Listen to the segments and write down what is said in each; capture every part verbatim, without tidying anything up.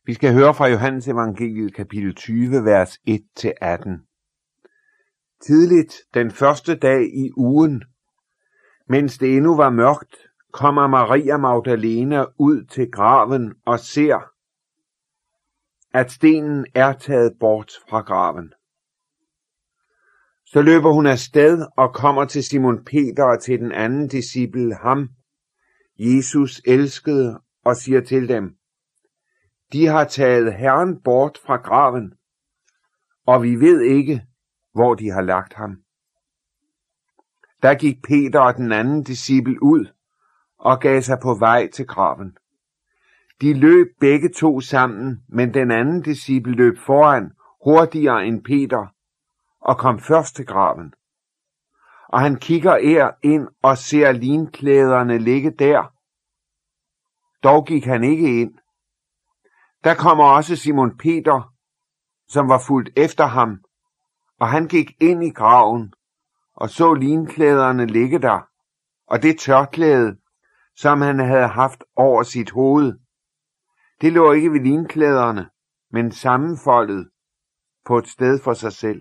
Vi skal høre fra Johannes evangeliet kapitel tyve, vers et til atten. Tidligt den første dag i ugen, mens det endnu var mørkt, kommer Maria Magdalene ud til graven og ser, at stenen er taget bort fra graven. Så løber hun afsted og kommer til Simon Peter og til den anden disciple, ham Jesus elskede, og siger til dem: De har taget Herren bort fra graven, og vi ved ikke, hvor de har lagt ham. Der gik Peter og den anden disciple ud og gav sig på vej til graven. De løb begge to sammen, men den anden disciple løb foran, hurtigere end Peter, og kom først til graven. Og han kigger er ind og ser linklæderne ligge der. Dog gik han ikke ind. Der kommer også Simon Peter, som var fulgt efter ham, og han gik ind i graven og så linklæderne ligge der, og det tørklæde, som han havde haft over sit hoved. Det lå ikke ved linklæderne, men sammenfoldet på et sted for sig selv.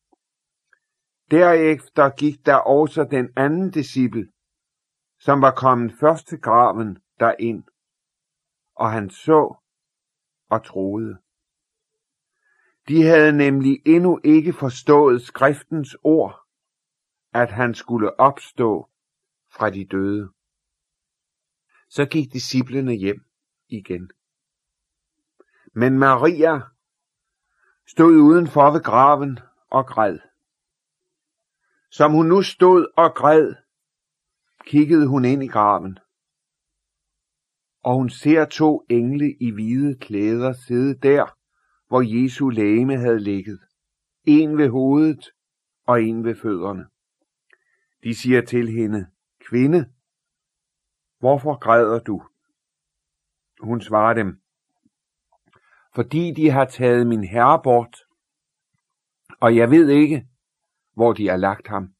Derefter gik der også den anden disciple, som var kommet først til graven, derind, og han så og troede. De havde nemlig endnu ikke forstået skriftens ord, at han skulle opstå fra de døde. Så gik disciplene hjem igen. Men Maria stod udenfor ved graven og græd. Som hun nu stod og græd, kiggede hun ind i graven. Og hun ser to engle i hvide klæder sidde der, hvor Jesu legeme havde ligget. En ved hovedet og en ved fødderne. De siger til hende: Kvinde, hvorfor græder du? Hun svarer dem: Fordi de har taget min herre bort, og jeg ved ikke, hvor de har lagt ham.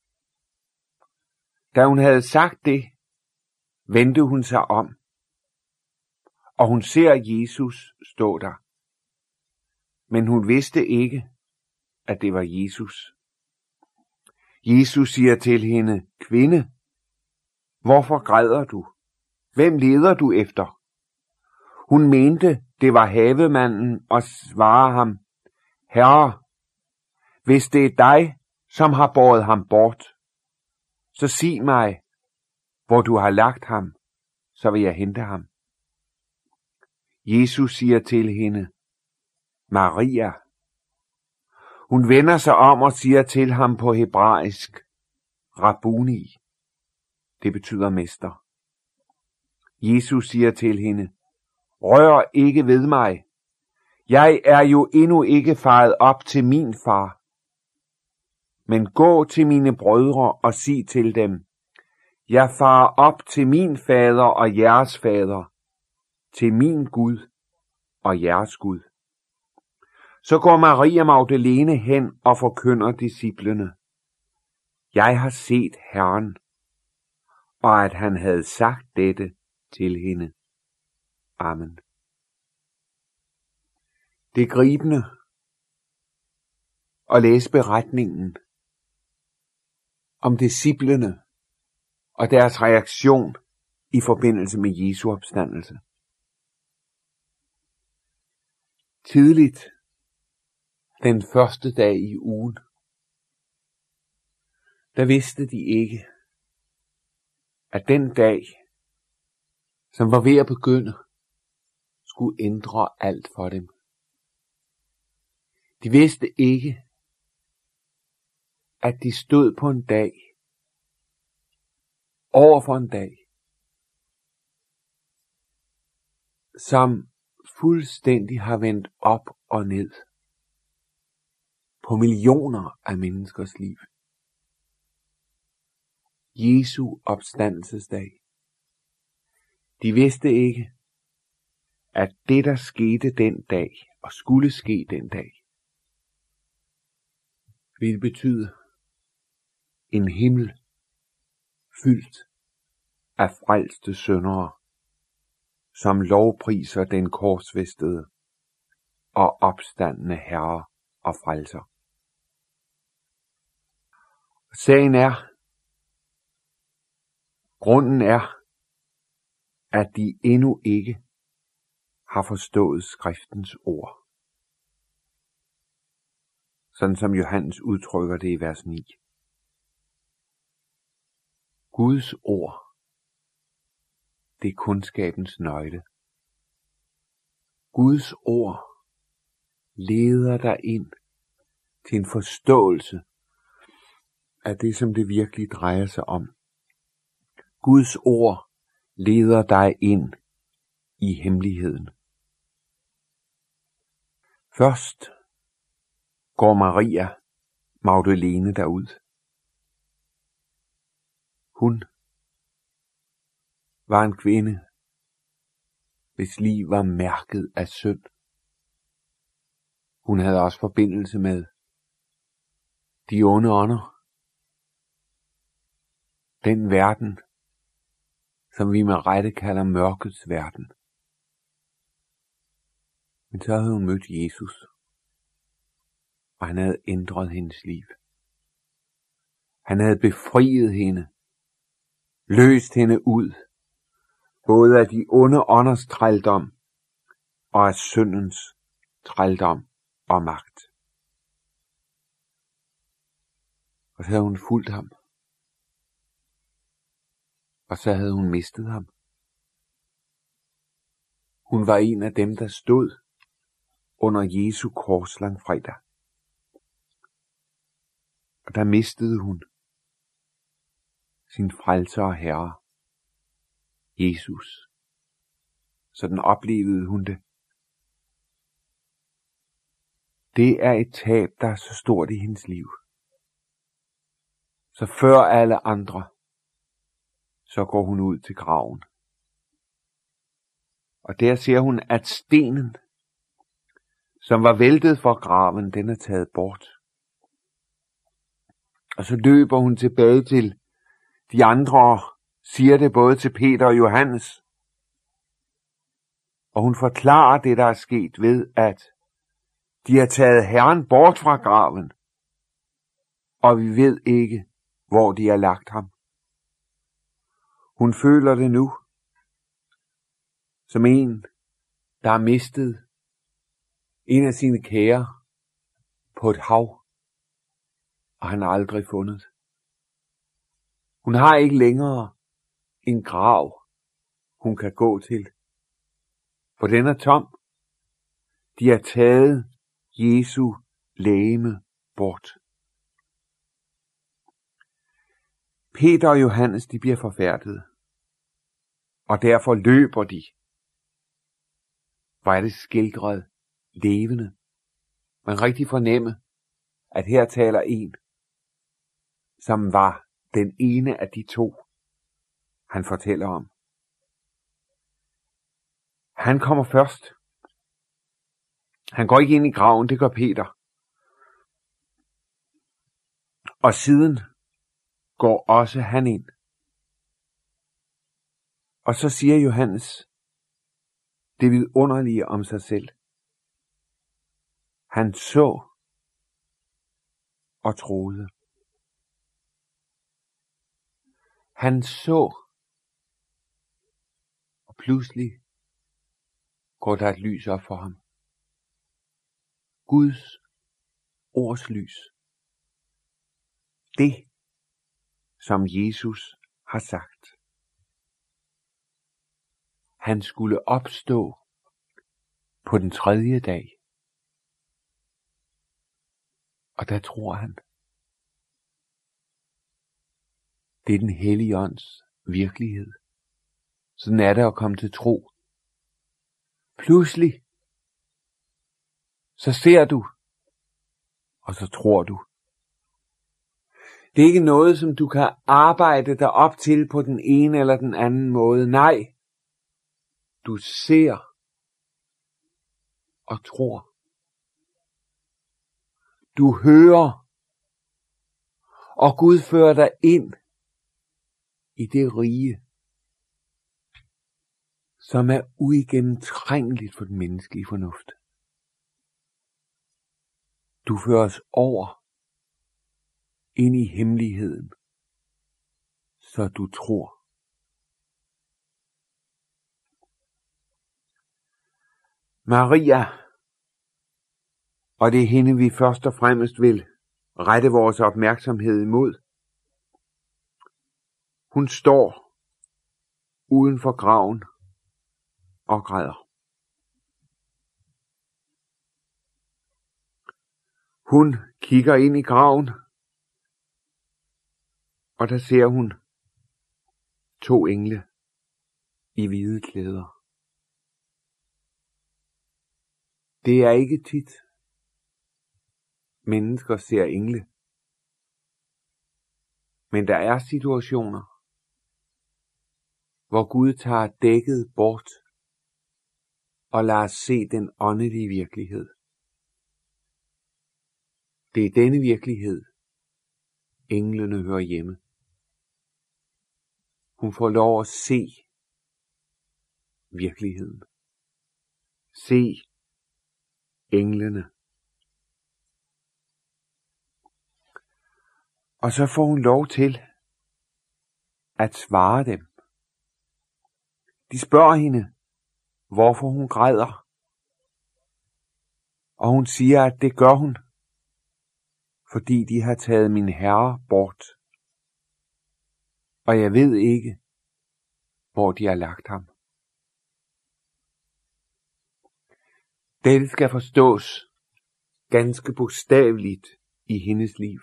Da hun havde sagt det, vendte hun sig om, og hun ser Jesus stå der. Men hun vidste ikke, at det var Jesus. Jesus siger til hende: Kvinde, hvorfor græder du? Hvem leder du efter? Hun mente, det var havemanden, og svarer ham: Herre, hvis det er dig, som har båret ham bort, så sig mig, hvor du har lagt ham, så vil jeg hente ham. Jesus siger til hende: Maria. Hun vender sig om og siger til ham på hebraisk: Rabbuni. Det betyder mester. Jesus siger til hende: Rør ikke ved mig. Jeg er jo endnu ikke faret op til min far. Men gå til mine brødre og sig til dem: Jeg farer op til min fader og jeres fader, til min Gud og jeres Gud. Så går Maria Magdalene hen og forkynder disciplene: Jeg har set Herren, og at han havde sagt dette til hende. Amen. Det er gribende at læse beretningen om disciplene og deres reaktion i forbindelse med Jesu opstandelse. Tidligt den første dag i ugen, der vidste de ikke, at den dag, som var ved at begynde, skulle ændre alt for dem. De vidste ikke, at de stod på en dag, over for en dag, som fuldstændig har vendt op og ned på millioner af menneskers liv. Jesu opstandelsesdag. De vidste ikke, at det, der skete den dag, og skulle ske den dag, ville betyde en himmel fyldt af frelste syndere, som lovpriser den korsfæstede og opstandne Herre og Frelser. Sagen er, grunden er, at de endnu ikke har forstået skriftens ord. Sådan som Johannes udtrykker det i vers ni. Guds ord, det er kundskabens nøgle. Guds ord leder dig ind til en forståelse af det, som det virkelig drejer sig om. Guds ord leder dig ind i hemmeligheden. Først går Maria Magdalene derud. Hun var en kvinde, hvis liv var mærket af synd. Hun havde også forbindelse med de onde ånder. Den verden, som vi med rette kalder mørkets verden. Men så havde hun mødt Jesus, og han havde ændret hendes liv. Han havde befriet hende, løst hende ud, både af de onde ånders trældom og af syndens trældom og magt. Og så havde hun fulgt ham. Og så havde hun mistet ham. Hun var en af dem, der stod under Jesu korslangfredag. Og der mistede hun sin frelser og herre, Jesus. Sådan oplevede hun det. Det er et tab, der er så stort i hendes liv. Så før alle andre, så går hun ud til graven. Og der ser hun, at stenen, som var væltet fra graven, den er taget bort. Og så løber hun tilbage til de andre og siger det både til Peter og Johannes. Og hun forklarer det, der er sket ved, at de har taget Herren bort fra graven, og vi ved ikke, hvor de har lagt ham. Hun føler det nu, som en, der har mistet en af sine kære på et hav, og han har aldrig fundet. Hun har ikke længere en grav, hun kan gå til, for den er tom. De har taget Jesu legeme bort. Peter og Johannes, de bliver forfærdede, og derfor løber de. Hvor er det skildret levende. Man rigtig fornemme, at her taler en, som var den ene af de to, han fortæller om. Han kommer først. Han går ikke ind i graven, det gør Peter. Og siden går også han ind. Og så siger Johannes det vidunderlige om sig selv. Han så og troede. Han så, og pludselig går der et lys op for ham. Guds ords lys. Det, som Jesus har sagt. Han skulle opstå på den tredje dag. Og der tror han. Det er den hellige ånds virkelighed. Sådan er det at komme til tro. Pludselig, så ser du, og så tror du. Det er ikke noget, som du kan arbejde dig op til på den ene eller den anden måde. Nej, du ser og tror. Du hører, og Gud fører dig ind i det rige, som er uigennemtrængeligt for den menneskelige fornuft. Du føres over ind i hemmeligheden, så du tror. Maria, og det er hende, vi først og fremmest vil rette vores opmærksomhed imod. Hun står uden for graven og græder. Hun kigger ind i graven, og der ser hun to engle i hvide klæder. Det er ikke tit, mennesker ser engle. Men der er situationer, hvor Gud tager dækket bort og lader os se den åndelige virkelighed. Det er denne virkelighed, englene hører hjemme. Hun får lov at se virkeligheden. Se englene. Og så får hun lov til at svare dem. De spørger hende, hvorfor hun græder. Og hun siger, at det gør hun, fordi de har taget min herre bort. Og jeg ved ikke, hvor de har lagt ham. Dette skal forstås ganske bogstaveligt i hendes liv.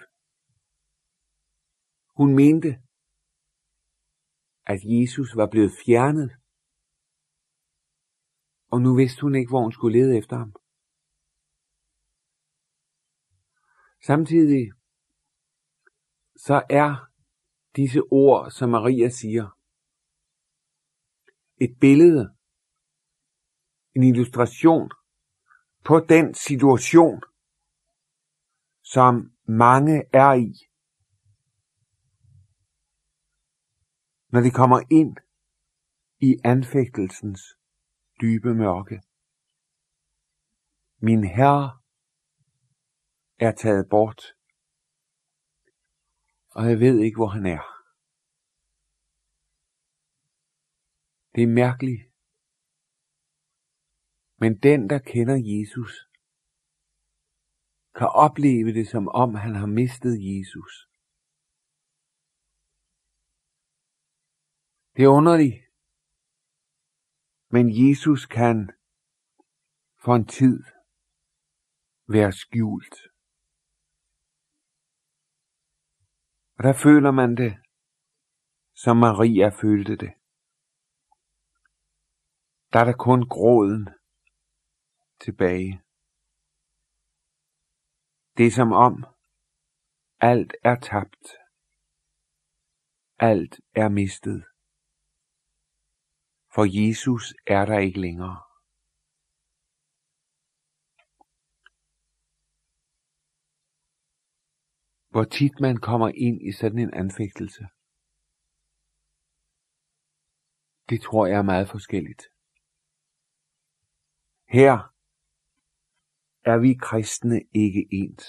Hun mente, at Jesus var blevet fjernet, og nu vidste hun ikke, hvor hun skulle lede efter ham. Samtidig så er disse ord, som Maria siger, et billede, en illustration på den situation, som mange er i, når de kommer ind i anfægtelsens dybe mørke. Min herre er taget bort, og jeg ved ikke, hvor han er. Det er mærkeligt. Men den, der kender Jesus, kan opleve det, som om han har mistet Jesus. Det er underligt. Men Jesus kan for en tid være skjult. Og der føler man det, som Maria følte det. Der er der kun gråden tilbage. Det er som om alt er tabt. Alt er mistet. For Jesus er der ikke længere. Hvor tit man kommer ind i sådan en anfægtelse, det tror jeg er meget forskelligt. Her er vi kristne ikke ens.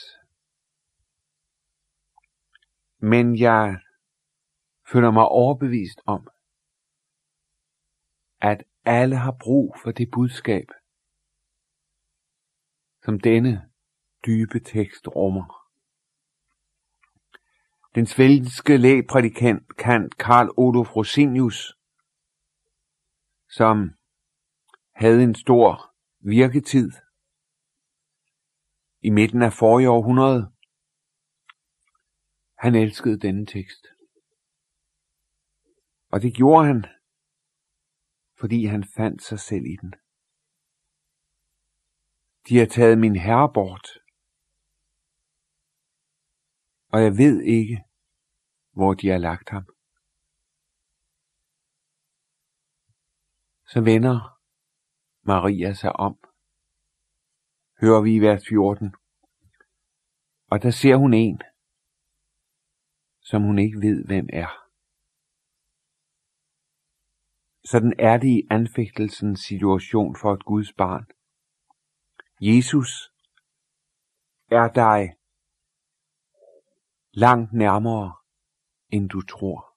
Men jeg føler mig overbevist om, at alle har brug for det budskab, som denne dybe tekst rummer. Den svenske lægprædikant Carl Olof Rosenius, som havde en stor virketid i midten af forrige århundrede, han elskede denne tekst. Og det gjorde han, fordi han fandt sig selv i den. De har taget min herre bort, og jeg ved ikke, hvor de har lagt ham. Så vender Maria sig om, hører vi i vers fjorten, og der ser hun en, som hun ikke ved, hvem er. Sådan er det i anfægtelsens situation for et Guds barn. Jesus er dig langt nærmere, end du tror.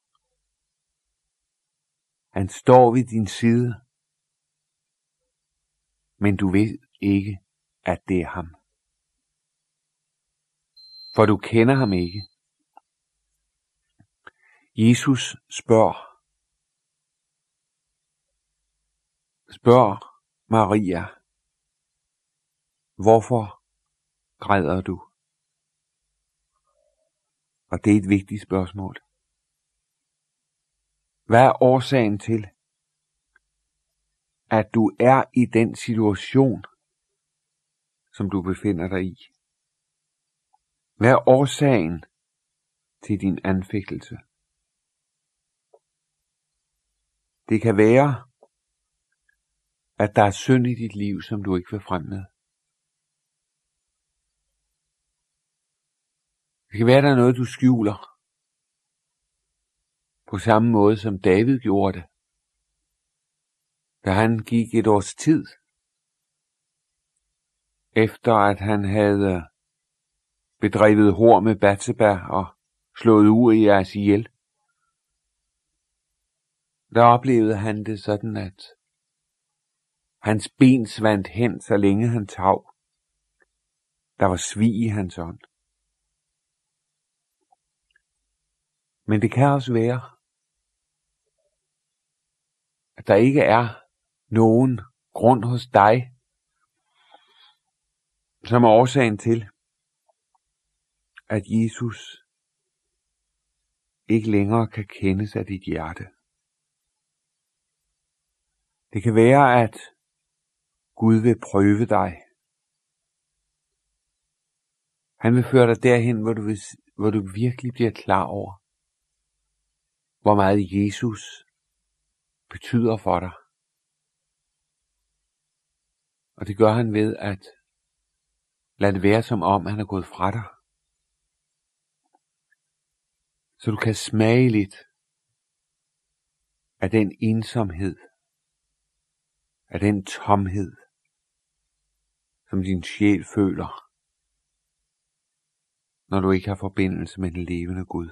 Han står ved din side, men du ved ikke, at det er ham. For du kender ham ikke. Jesus spørger, spørg Maria, hvorfor græder du? Og det er et vigtigt spørgsmål. Hvad er årsagen til, at du er i den situation, som du befinder dig i? Hvad er årsagen til din anfægtelse? Det kan være, at der er synd i dit liv, som du ikke vil frem med. Det kan være, at der er noget, du skjuler. På samme måde som David gjorde det, da han gik et års tid, efter at han havde bedrevet hor med Batseba og slået Urias ihjel. Der oplevede han det sådan, at hans ben svandt hen, så længe han tav. Der var svig i hans ånd. Men det kan også være, at der ikke er nogen grund hos dig, som er årsagen til, at Jesus ikke længere kan kendes af dit hjerte. Det kan være, at Gud vil prøve dig. Han vil føre dig derhen, hvor du, vil, hvor du virkelig bliver klar over, hvor meget Jesus betyder for dig. Og det gør han ved at lade det være, som om han er gået fra dig. Så du kan smage lidt af den ensomhed, af den tomhed, som din sjæl føler, når du ikke har forbindelse med den levende Gud.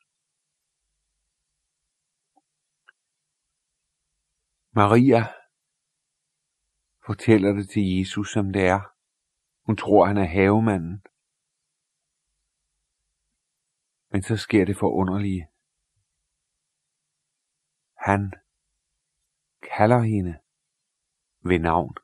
Maria fortæller det til Jesus, som det er. Hun tror, han er havemanden. Men så sker det forunderlige. Han kalder hende ved navn.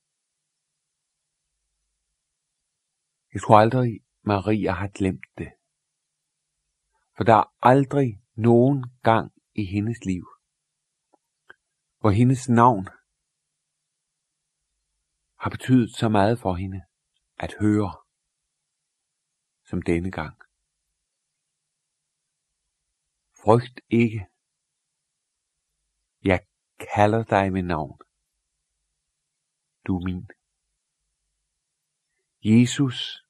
Jeg tror aldrig, Maria har glemt det. For der er aldrig nogen gang i hendes liv, hvor hendes navn har betydet så meget for hende at høre, som denne gang. Frygt ikke. Jeg kalder dig med navn. Du er min. Jesus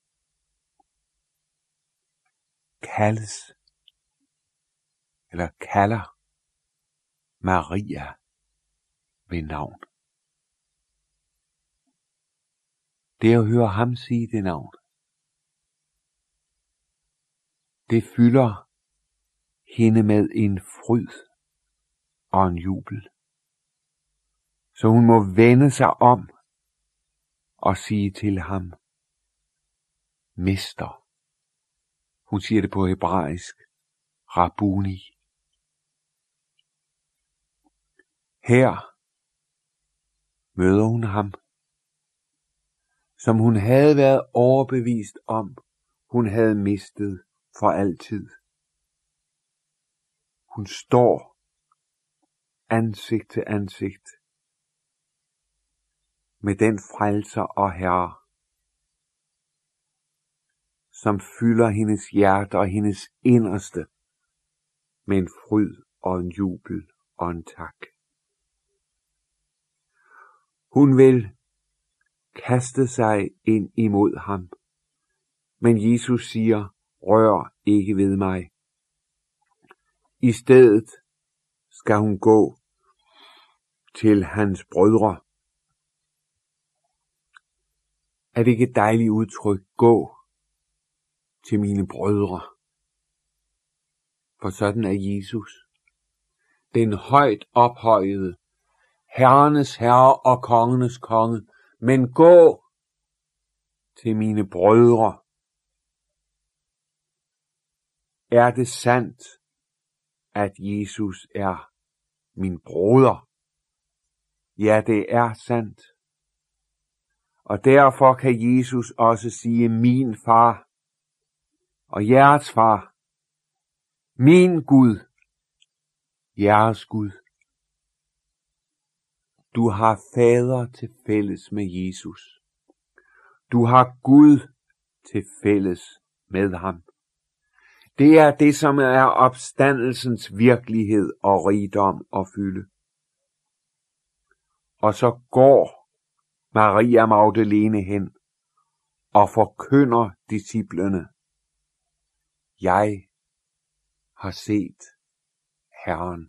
kaldes, eller kalder Maria ved navn. Det at høre ham sige det navn, det fylder hende med en fryd og en jubel. Så hun må vende sig om og sige til ham, Mester. Hun siger det på hebraisk, Rabbuni. Her møder hun ham, som hun havde været overbevist om, hun havde mistet for altid. Hun står ansigt til ansigt med den frelser og herre, som fylder hendes hjerte og hendes inderste med en fryd og en jubel og en tak. Hun vil kaste sig ind imod ham, men Jesus siger, rør ikke ved mig. I stedet skal hun gå til hans brødre. Er det ikke et dejligt udtryk? Gå til mine brødre. For sådan er Jesus, den højt ophøjede, herrenes herre og kongenes konge. Men gå til mine brødre. Er det sandt, at Jesus er min broder? Ja, det er sandt. Og derfor kan Jesus også sige min far og jeres far, min Gud, jeres Gud. Du har fader til fælles med Jesus. Du har Gud til fælles med ham. Det er det, som er opstandelsens virkelighed og rigdom og fylde. Og så går Maria Magdalene hen og forkynder disciplene: Jeg har set Herren.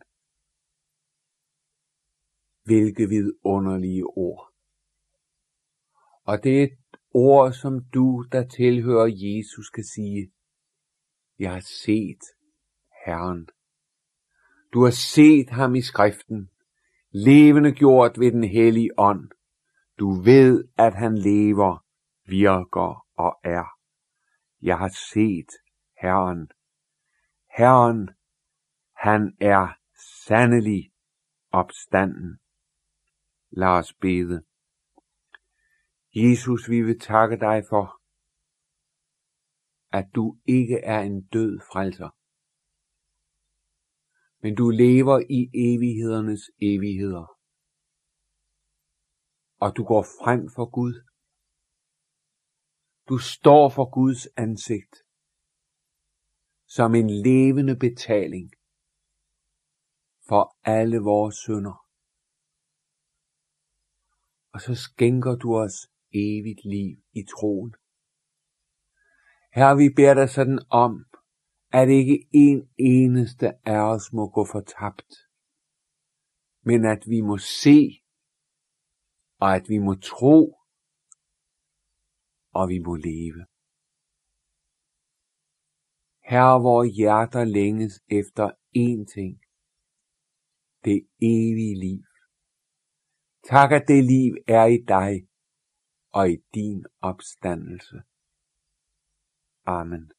Hvilke vidunderlige ord. Og det er et ord, som du, der tilhører Jesus, kan sige: Jeg har set Herren. Du har set ham i skriften, levende gjort ved den hellige ånd. Du ved, at han lever, virker og er. Jeg har set Herren. Herren, han er sandelig opstanden. Lad os bede. Jesus, vi vil takke dig for, at du ikke er en død frelser, men du lever i evighedernes evigheder, og du går frem for Gud. Du står for Guds ansigt som en levende betaling for alle vores synder. Og så skænker du os evigt liv i troen. Herre, vi beder dig sådan om, at ikke en eneste af os må gå fortabt, men at vi må se, og at vi må tro, og vi må leve. Herre, vores hjerter længes efter én ting: det evige liv. Tak, at det liv er i dig og i din opstandelse. Amen.